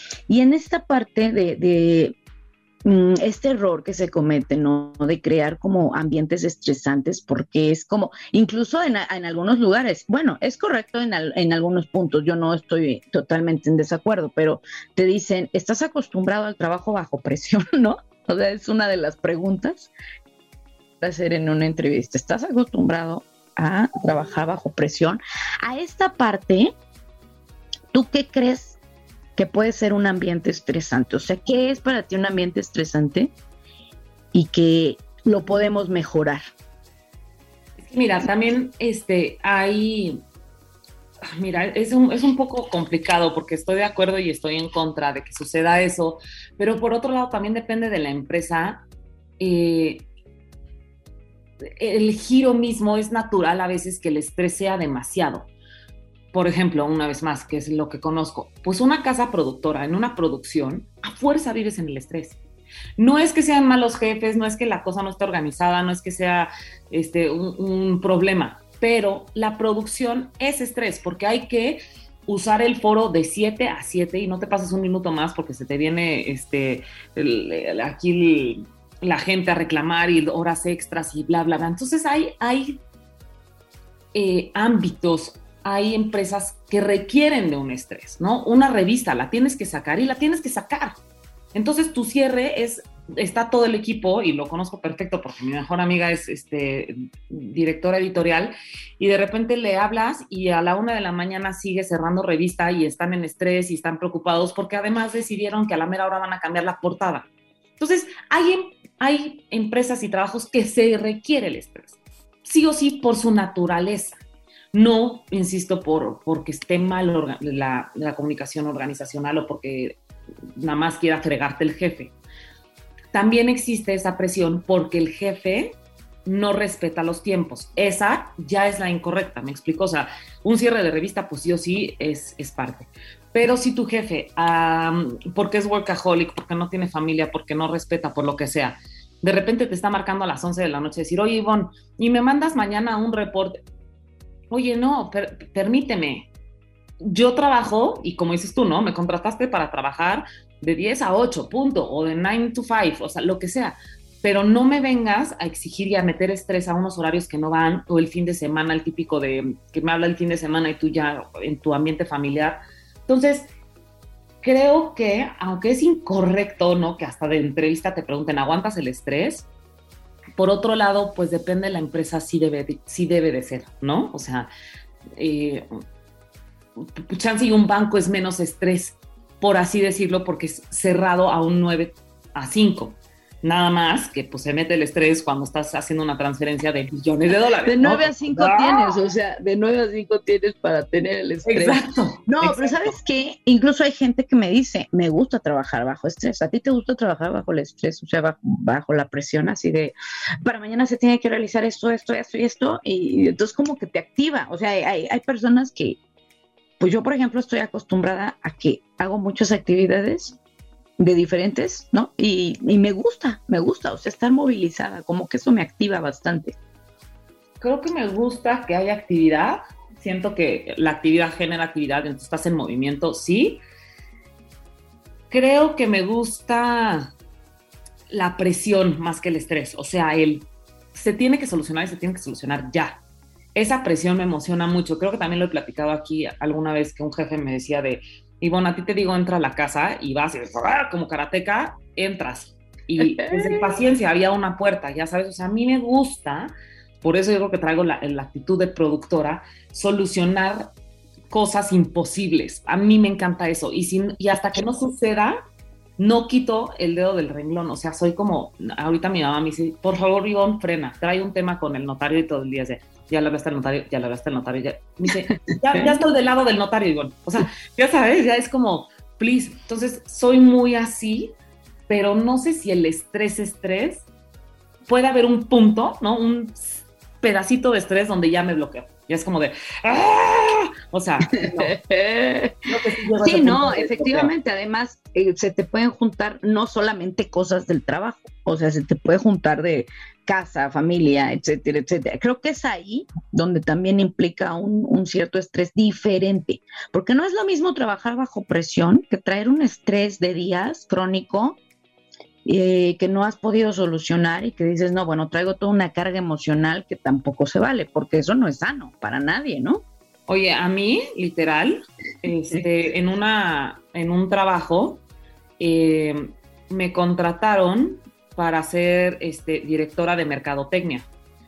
Y en esta parte de, de um, este error que se comete, ¿no? De crear como ambientes estresantes, porque es como, incluso en, en algunos lugares, bueno, es correcto en, al, en algunos puntos, yo no estoy totalmente en desacuerdo, pero te dicen, ¿estás acostumbrado al trabajo bajo presión, no? O sea, es una de las preguntas hacer en una entrevista. ¿Estás acostumbrado a trabajar bajo presión? A esta parte, ¿tú qué crees que puede ser un ambiente estresante? O sea, ¿qué es para ti un ambiente estresante y que lo podemos mejorar? Mira, también este, hay... Mira, es un, es un poco complicado porque estoy de acuerdo y estoy en contra de que suceda eso, pero por otro lado también depende de la empresa. Eh, el giro mismo es natural a veces que el estrés sea demasiado. Por ejemplo, una vez más, que es lo que conozco, pues una casa productora, en una producción, a fuerza vives en el estrés. No es que sean malos jefes, no es que la cosa no esté organizada, no es que sea este, un, un problema, pero la producción es estrés porque hay que usar el foro de siete a siete y no te pases un minuto más porque se te viene este, el, el, aquí el, la gente a reclamar y horas extras y bla, bla, bla. Entonces hay, hay eh, ámbitos, hay empresas que requieren de un estrés, ¿no? Una revista la tienes que sacar y la tienes que sacar. Entonces tu cierre es, está todo el equipo, y lo conozco perfecto porque mi mejor amiga es este, directora editorial, y de repente le hablas y a la una de la mañana sigue cerrando revista y están en estrés y están preocupados porque además decidieron que a la mera hora van a cambiar la portada. Entonces hay, hay empresas y trabajos que se requiere el estrés, sí o sí por su naturaleza. No, insisto, por, porque esté mal la, la comunicación organizacional o porque nada más quiera fregarte el jefe. También existe esa presión porque el jefe no respeta los tiempos. Esa ya es la incorrecta, ¿me explico? O sea, un cierre de revista, pues sí o sí es, es parte. Pero si tu jefe, um, porque es workaholic, porque no tiene familia, porque no respeta, por lo que sea, de repente te está marcando a las once de la noche, decir, oye, Ivonne, y me mandas mañana un reporte. Oye, no, per- permíteme. Yo trabajo, y como dices tú, ¿no? Me contrataste para trabajar, de diez a ocho, punto, o de nueve to cinco, o sea, lo que sea. Pero no me vengas a exigir y a meter estrés a unos horarios que no van, o el fin de semana, el típico de que me habla el fin de semana y tú ya en tu ambiente familiar. Entonces, creo que, aunque es incorrecto, ¿no? Que hasta de entrevista te pregunten, ¿aguantas el estrés? Por otro lado, pues depende de la empresa, sí debe de, sí debe de ser, ¿no? O sea, eh, chance y un banco es menos estrés, por así decirlo, porque es cerrado a un nueve a cinco. Nada más que pues se mete el estrés cuando estás haciendo una transferencia de millones de dólares. De nueve ¿no? a cinco ¡Ah! tienes, o sea, de nueve a cinco tienes para tener el estrés. Exacto. No, exacto. pero ¿sabes qué? Incluso hay gente que me dice, me gusta trabajar bajo estrés. ¿A ti te gusta trabajar bajo el estrés? O sea, bajo, bajo la presión así de, para mañana se tiene que realizar esto, esto, esto y esto. Y entonces como que te activa. O sea, hay, hay personas que, pues yo por ejemplo estoy acostumbrada a que hago muchas actividades de diferentes, ¿no? Y, y me gusta, me gusta, o sea, estar movilizada, como que eso me activa bastante. Creo que me gusta que haya actividad, siento que la actividad genera actividad, entonces estás en movimiento, sí. Creo que me gusta la presión más que el estrés, o sea, el se tiene que solucionar y se tiene que solucionar ya. Esa presión me emociona mucho, creo que también lo he platicado aquí alguna vez que un jefe me decía de, Ivonne, a ti te digo, entra a la casa y vas y como karateca, entras. Y pues, en paciencia, había una puerta, ya sabes, o sea, a mí me gusta, por eso yo creo que traigo la, la actitud de productora, solucionar cosas imposibles. A mí me encanta eso. Y, sin, y hasta que no suceda, no quito el dedo del renglón. O sea, soy como, ahorita mi mamá me dice, por favor, Ivonne, frena, trae un tema con el notario y todo el día de, ya lo hablaste al notario, ya lo hablaste al notario, ya, me dice, ya, ya estoy del lado del notario, Ivonne. O sea, ya sabes, ya es como, please. Entonces, soy muy así, pero no sé si el estrés, estrés, puede haber un punto, ¿no? Un pedacito de estrés donde ya me bloqueo. Ya es como de, ¡ah! O sea, no. no sí, no, efectivamente. Además, eh, se te pueden juntar no solamente cosas del trabajo, o sea, se te puede juntar de casa, familia, etcétera, etcétera. Creo que es ahí donde también implica un, un cierto estrés diferente, porque no es lo mismo trabajar bajo presión que traer un estrés de días crónico eh, que no has podido solucionar y que dices, no, bueno, traigo toda una carga emocional que tampoco se vale, porque eso no es sano para nadie, ¿no? Oye, a mí, literal, este, en, una, en un trabajo, eh, me contrataron para ser este, directora de mercadotecnia.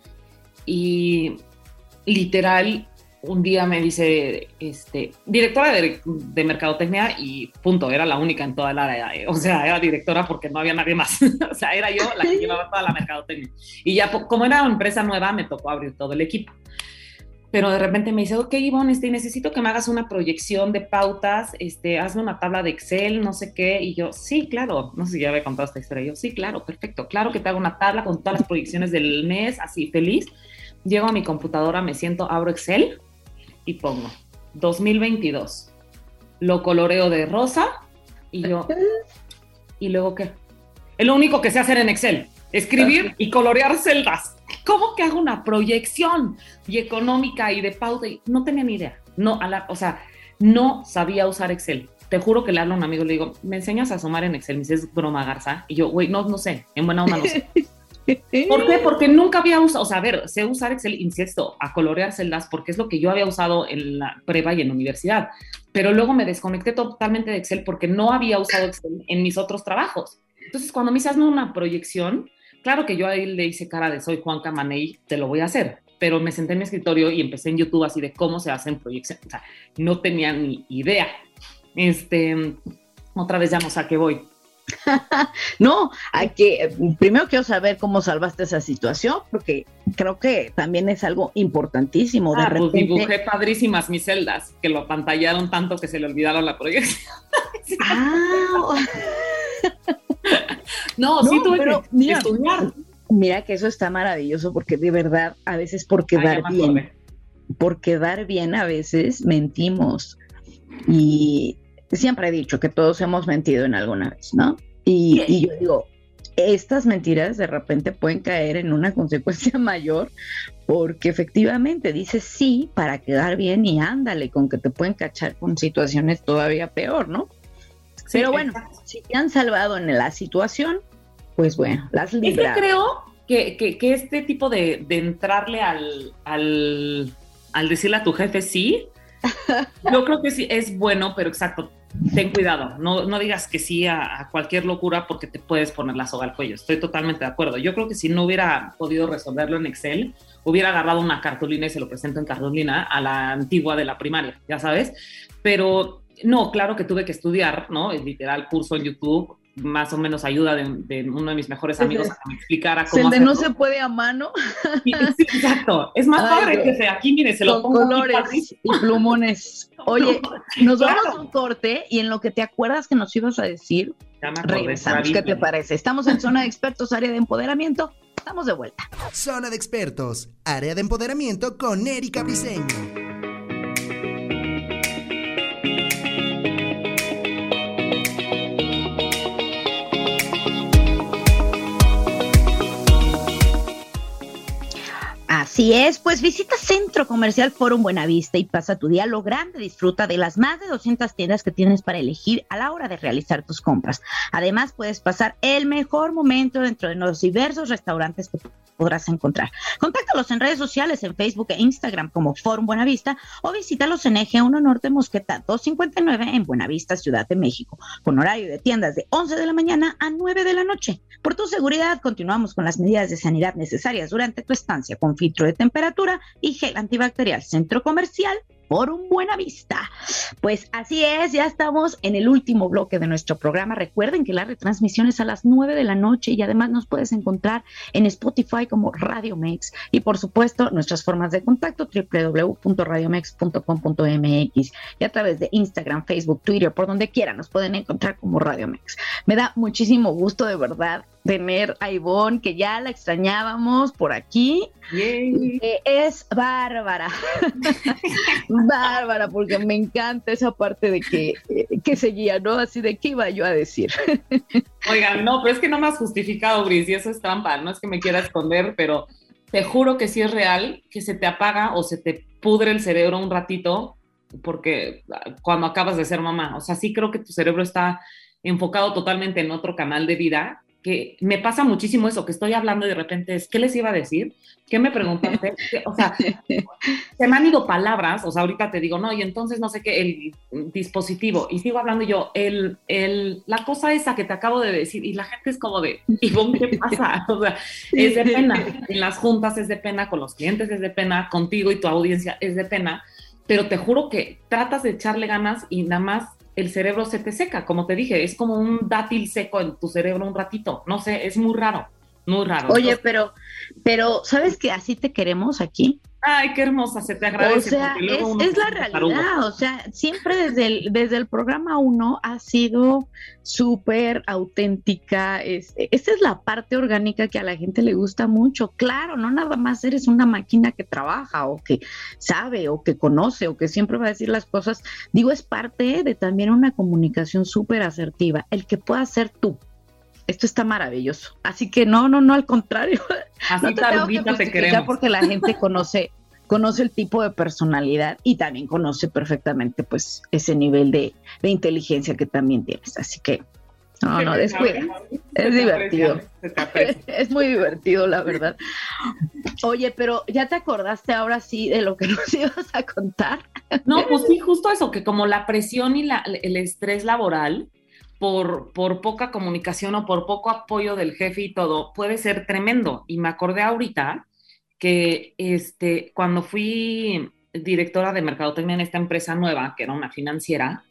Y literal, un día me dice, este, directora de, de mercadotecnia y punto, era la única en toda el área. O sea, era directora porque no había nadie más. O sea, era yo la que llevaba toda la mercadotecnia. Y ya, como era una empresa nueva, me tocó abrir todo el equipo. Pero de repente me dice, ok, Ivonne, este, necesito que me hagas una proyección de pautas, este, hazme una tabla de Excel, no sé qué, y yo, sí, claro, no sé si ya había contado esta historia, yo, sí, claro, perfecto, claro que te hago una tabla con todas las proyecciones del mes, así, feliz. Llego a mi computadora, me siento, abro Excel y pongo dos mil veintidós, lo coloreo de rosa, y yo, ¿y luego qué? Es lo único que sé hacer en Excel, escribir y colorear celdas. ¿Cómo que hago una proyección y económica y de pauta? No tenía ni idea. No, a la, o sea, no sabía usar Excel. Te juro que le hablo a un amigo y le digo, ¿me enseñas a sumar en Excel? Me dice, es broma, Garza. Y yo, güey, no, no sé. En buena onda no sé. ¿Por qué? Porque nunca había usado, o sea, a ver, sé usar Excel, insisto, a colorear celdas, porque es lo que yo había usado en la prepa y en la universidad. Pero luego me desconecté totalmente de Excel porque no había usado Excel en mis otros trabajos. Entonces, cuando me hice hazme una proyección, claro que yo ahí le hice cara de soy Juan Camaney, te lo voy a hacer, pero me senté en mi escritorio y empecé en YouTube así de cómo se hacen proyecciones, o sea, no tenía ni idea. Este, otra vez ya no sé a qué voy. No, hay que, primero quiero saber cómo salvaste esa situación, porque creo que también es algo importantísimo. De ah, repente... pues dibujé padrísimas mis celdas, que lo apantallaron tanto que se le olvidaron la proyección. Ah, no, no, sí tuve pero que mira, estudiar. Mira que eso está maravilloso, porque de verdad, a veces por quedar Ay, bien, por quedar bien a veces mentimos. Y siempre he dicho que todos hemos mentido en alguna vez, ¿no? Y, y yo digo, estas mentiras de repente pueden caer en una consecuencia mayor, porque efectivamente dices sí para quedar bien y ándale, con que te pueden cachar con situaciones todavía peor, ¿no? Sí, Pero bueno, exacto. si te han salvado en la situación, pues bueno, las libras. Es que creo que, que, que este tipo de, de entrarle al, al, al decirle a tu jefe sí, yo creo que sí es bueno, pero exacto, ten cuidado, no, no digas que sí a, a cualquier locura porque te puedes poner la soga al cuello. Estoy totalmente de acuerdo. Yo creo que si no hubiera podido resolverlo en Excel, hubiera agarrado una cartulina y se lo presento en cartulina a la antigua de la primaria, ya sabes. Pero no, claro que tuve que estudiar, ¿no? El literal curso en YouTube, más o menos ayuda de, de uno de mis mejores amigos a que me explicara cómo El de hacerlo. no se puede a mano. Sí, sí, exacto. Es más Ay, padre no. que sea aquí, mire, se lo Con pongo aquí colores padrísimo. y plumones. Oye, nos Claro. vamos a un corte y en lo que te acuerdas que nos ibas a decir, Ya me acordé, regresamos. ¿Qué te bravísimo. parece? Estamos en Zona de Expertos, área de empoderamiento. Estamos de vuelta. Zona de Expertos, área de empoderamiento con Erika Briseño. Así es, pues visita Centro Comercial Forum Buenavista y pasa tu día a lo grande. Disfruta de las más de doscientas tiendas que tienes para elegir a la hora de realizar tus compras. Además, puedes pasar el mejor momento dentro de los diversos restaurantes que podrás encontrar. Contáctalos en redes sociales, en Facebook e Instagram como Forum Buenavista o visítalos en Eje uno Norte Mosqueta doscientos cincuenta y nueve en Buenavista, Ciudad de México, con horario de tiendas de once de la mañana a nueve de la noche. Por tu seguridad, continuamos con las medidas de sanidad necesarias durante tu estancia con filtro de temperatura y gel antibacterial. Centro Comercial Forum Buenavista. Pues así es, ya estamos en el último bloque de nuestro programa. Recuerden que la retransmisión es a las nueve de la noche y además nos puedes encontrar en Spotify como Radio Mex y por supuesto nuestras formas de contacto doble u doble u doble u punto radio mex punto com punto m x y a través de Instagram, Facebook, Twitter, por donde quiera nos pueden encontrar como Radio Mex. Me da muchísimo gusto de verdad tener a Ivonne, que ya la extrañábamos por aquí. Yay. Eh, es bárbara, bárbara, porque me encanta esa parte de que, eh, que seguía, ¿no? Así de qué iba yo a decir. Oigan, no, pero es que no me has justificado, Bris, y eso es trampa. No es que me quiera esconder, pero te juro que sí es real que se te apaga o se te pudre el cerebro un ratito porque cuando acabas de ser mamá. O sea, sí creo que tu cerebro está enfocado totalmente en otro canal de vida, que me pasa muchísimo eso, que estoy hablando y de repente es, ¿qué les iba a decir? ¿Qué me preguntaste? ¿Qué? O sea, se me han ido palabras, o sea, ahorita te digo, no, y entonces no sé qué, el dispositivo, y sigo hablando yo, el, el, la cosa esa que te acabo de decir, y la gente es como de, Ivonne, ¿qué pasa? O sea, es de pena, en las juntas es de pena, con los clientes es de pena, contigo y tu audiencia es de pena, pero te juro que tratas de echarle ganas y nada más el cerebro se te seca, como te dije, es como un dátil seco en tu cerebro un ratito, no sé, es muy raro, muy raro. Oye, Entonces, pero, pero, ¿sabes que así te queremos aquí? ay, qué hermosa, se te agradece. O sea, porque luego es, uno es se la hace realidad, tarugo. o sea, siempre desde el, desde el programa uno ha sido súper auténtica, es, esa es la parte orgánica que a la gente le gusta mucho, claro, no nada más eres una máquina que trabaja o que sabe o que conoce o que siempre va a decir las cosas, digo, es parte de también una comunicación súper asertiva, el que puedas ser tú. Esto está maravilloso. Así que no, no, no, al contrario. Así No te tengo que taruguita te justificar queremos. porque la gente conoce, conoce el tipo de personalidad y también conoce perfectamente pues ese nivel de, de inteligencia que también tienes. Así que no, Qué no, pena, descuida. se Es te divertido. aprecia, se te aprecia. Es muy divertido, la verdad. Oye, pero ¿ya te acordaste ahora sí de lo que nos ibas a contar? No, pues sí, justo eso, que como la presión y la, el estrés laboral por, por poca comunicación o por poco apoyo del jefe y todo, puede ser tremendo. Y me acordé ahorita que este, cuando fui directora de mercadotecnia en esta empresa nueva, que era una financiera,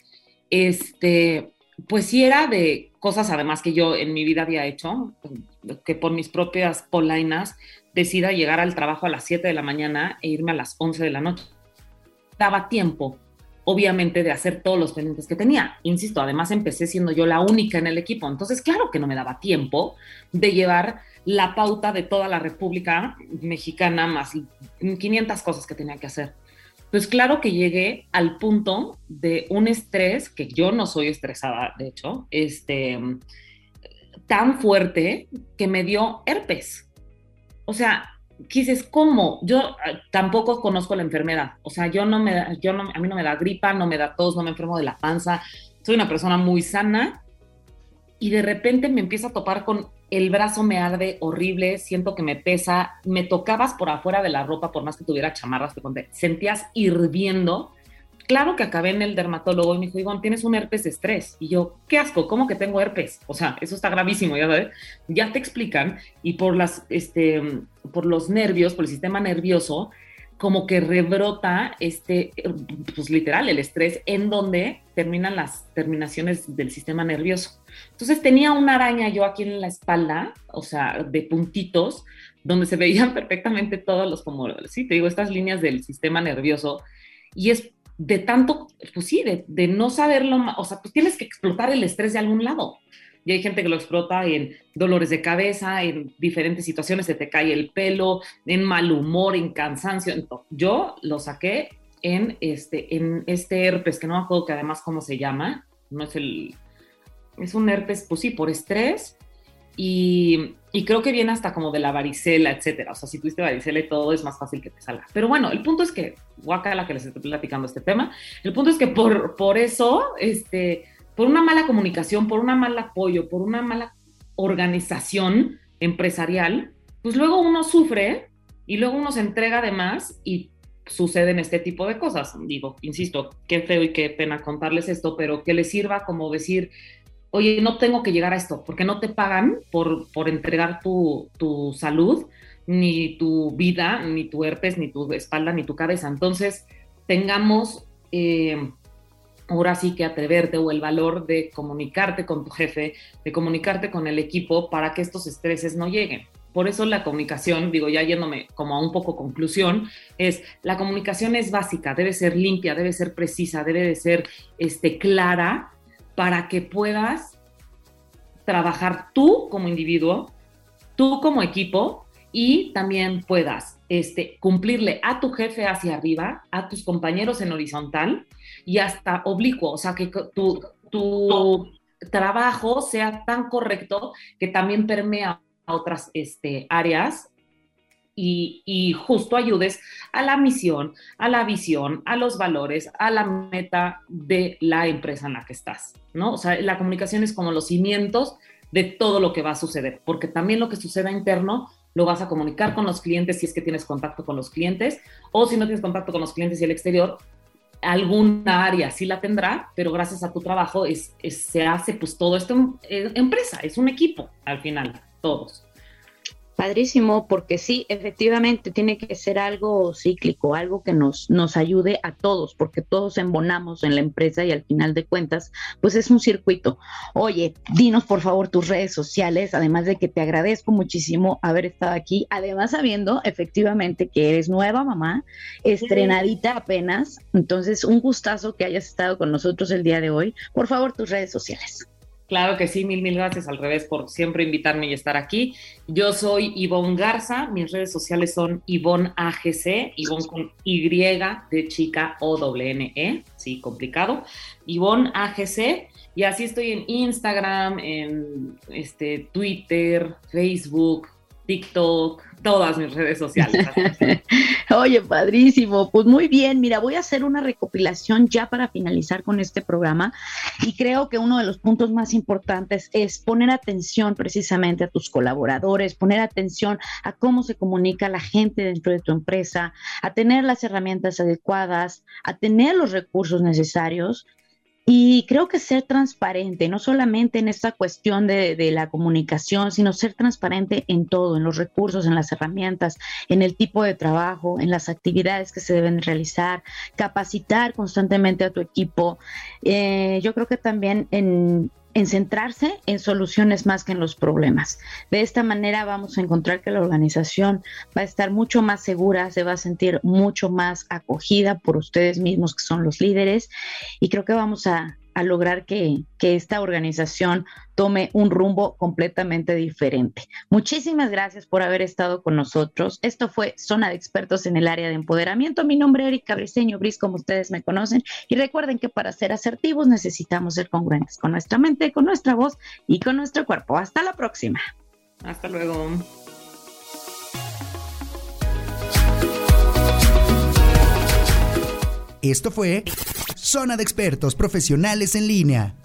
este, pues sí era de cosas además que yo en mi vida había hecho, que por mis propias polainas decida llegar al trabajo a las siete de la mañana e irme a las once de la noche. Daba tiempo, obviamente, de hacer todos los pendientes que tenía. Insisto, además empecé siendo yo la única en el equipo, entonces claro que no me daba tiempo de llevar la pauta de toda la República Mexicana más quinientas cosas que tenía que hacer. Pues claro que llegué al punto de un estrés, que yo no soy estresada, de hecho, este, tan fuerte que me dio herpes. O sea, dices, ¿cómo? Yo tampoco conozco la enfermedad. O sea, yo no me da, yo no, a mí no me da gripa, no me da tos, no me enfermo de la panza, soy una persona muy sana y de repente me empiezo a topar con el brazo me arde horrible, siento que me pesa, me tocabas por afuera de la ropa, por más que tuviera chamarras, te conté, sentías hirviendo. Claro que acabé en el dermatólogo y me dijo, Ivonne, tienes un herpes de estrés. Y yo, qué asco, ¿cómo que tengo herpes? O sea, eso está gravísimo, ya sabes. Ya te explican y por, las, este, por los nervios, por el sistema nervioso, como que rebrota, este, pues literal, el estrés en donde terminan las terminaciones del sistema nervioso. Entonces tenía una araña yo aquí en la espalda, o sea, de puntitos, donde se veían perfectamente todos los, como, sí, te digo, estas líneas del sistema nervioso. Y es de tanto, pues sí, de, de no saberlo, o sea, pues tienes que explotar el estrés de algún lado. Y hay gente que lo explota en dolores de cabeza, en diferentes situaciones, se te cae el pelo, en mal humor, en cansancio. Entonces, yo lo saqué en este, en este herpes, que no me acuerdo que además cómo se llama, no es el, es un herpes, pues sí, por estrés, y, y creo que viene hasta como de la varicela, etcétera. O sea, si tuviste varicela y todo, es más fácil que te salga. Pero bueno, el punto es que, guacala que les estoy platicando este tema, el punto es que por, por eso, este, por una mala comunicación, por un mal apoyo, por una mala organización empresarial, pues luego uno sufre y luego uno se entrega de más y suceden este tipo de cosas. Digo, insisto, qué feo y qué pena contarles esto, pero que les sirva como decir, oye, no tengo que llegar a esto, porque no te pagan por, por entregar tu, tu salud, ni tu vida, ni tu herpes, ni tu espalda, ni tu cabeza. Entonces, tengamos eh, ahora sí que atreverte o el valor de comunicarte con tu jefe, de comunicarte con el equipo para que estos estreses no lleguen. Por eso la comunicación, digo, ya yéndome como a un poco conclusión, es la comunicación es básica, debe ser limpia, debe ser precisa, debe de ser este, clara, para que puedas trabajar tú como individuo, tú como equipo y también puedas este, cumplirle a tu jefe hacia arriba, a tus compañeros en horizontal y hasta oblicuo, o sea, que tu, tu trabajo sea tan correcto que también permea a otras este, áreas Y, y justo ayudes a la misión, a la visión, a los valores, a la meta de la empresa en la que estás, ¿no? O sea, la comunicación es como los cimientos de todo lo que va a suceder, porque también lo que suceda interno lo vas a comunicar con los clientes si es que tienes contacto con los clientes, o si no tienes contacto con los clientes y el exterior, alguna área sí la tendrá, pero gracias a tu trabajo es, es, se hace pues todo esto en empresa, es un equipo al final, todos. Padrísimo, porque sí, efectivamente tiene que ser algo cíclico, algo que nos, nos ayude a todos, porque todos embonamos en la empresa y al final de cuentas, pues es un circuito. Oye, dinos por favor tus redes sociales, además de que te agradezco muchísimo haber estado aquí, además sabiendo efectivamente que eres nueva mamá, estrenadita apenas, entonces un gustazo que hayas estado con nosotros el día de hoy. Por favor, tus redes sociales. Claro que sí, mil, mil gracias al revés por siempre invitarme y estar aquí. Yo soy Ivonne Garza, mis redes sociales son Ivonne A G C, Ivonne con Y de chica O W N E, sí, complicado, Ivonne A G C, y así estoy en Instagram, en este, Twitter, Facebook, TikTok, todas mis redes sociales. Oye, padrísimo, pues muy bien, mira, voy a hacer una recopilación ya para finalizar con este programa y creo que uno de los puntos más importantes es poner atención precisamente a tus colaboradores, poner atención a cómo se comunica la gente dentro de tu empresa, a tener las herramientas adecuadas, a tener los recursos necesarios. Y creo que ser transparente, no solamente en esta cuestión de, de la comunicación, sino ser transparente en todo, en los recursos, en las herramientas, en el tipo de trabajo, en las actividades que se deben realizar, capacitar constantemente a tu equipo. Eh, yo creo que también en... en centrarse en soluciones más que en los problemas. De esta manera vamos a encontrar que la organización va a estar mucho más segura, se va a sentir mucho más acogida por ustedes mismos que son los líderes y creo que vamos a, a lograr que, que esta organización tome un rumbo completamente diferente. Muchísimas gracias por haber estado con nosotros. Esto fue Zona de Expertos en el área de empoderamiento. Mi nombre es Erika Briceño Briz, como ustedes me conocen, y recuerden que para ser asertivos necesitamos ser congruentes con nuestra mente, con nuestra voz y con nuestro cuerpo. Hasta la próxima. Hasta luego. Esto fue Zona de Expertos Profesionales en Línea.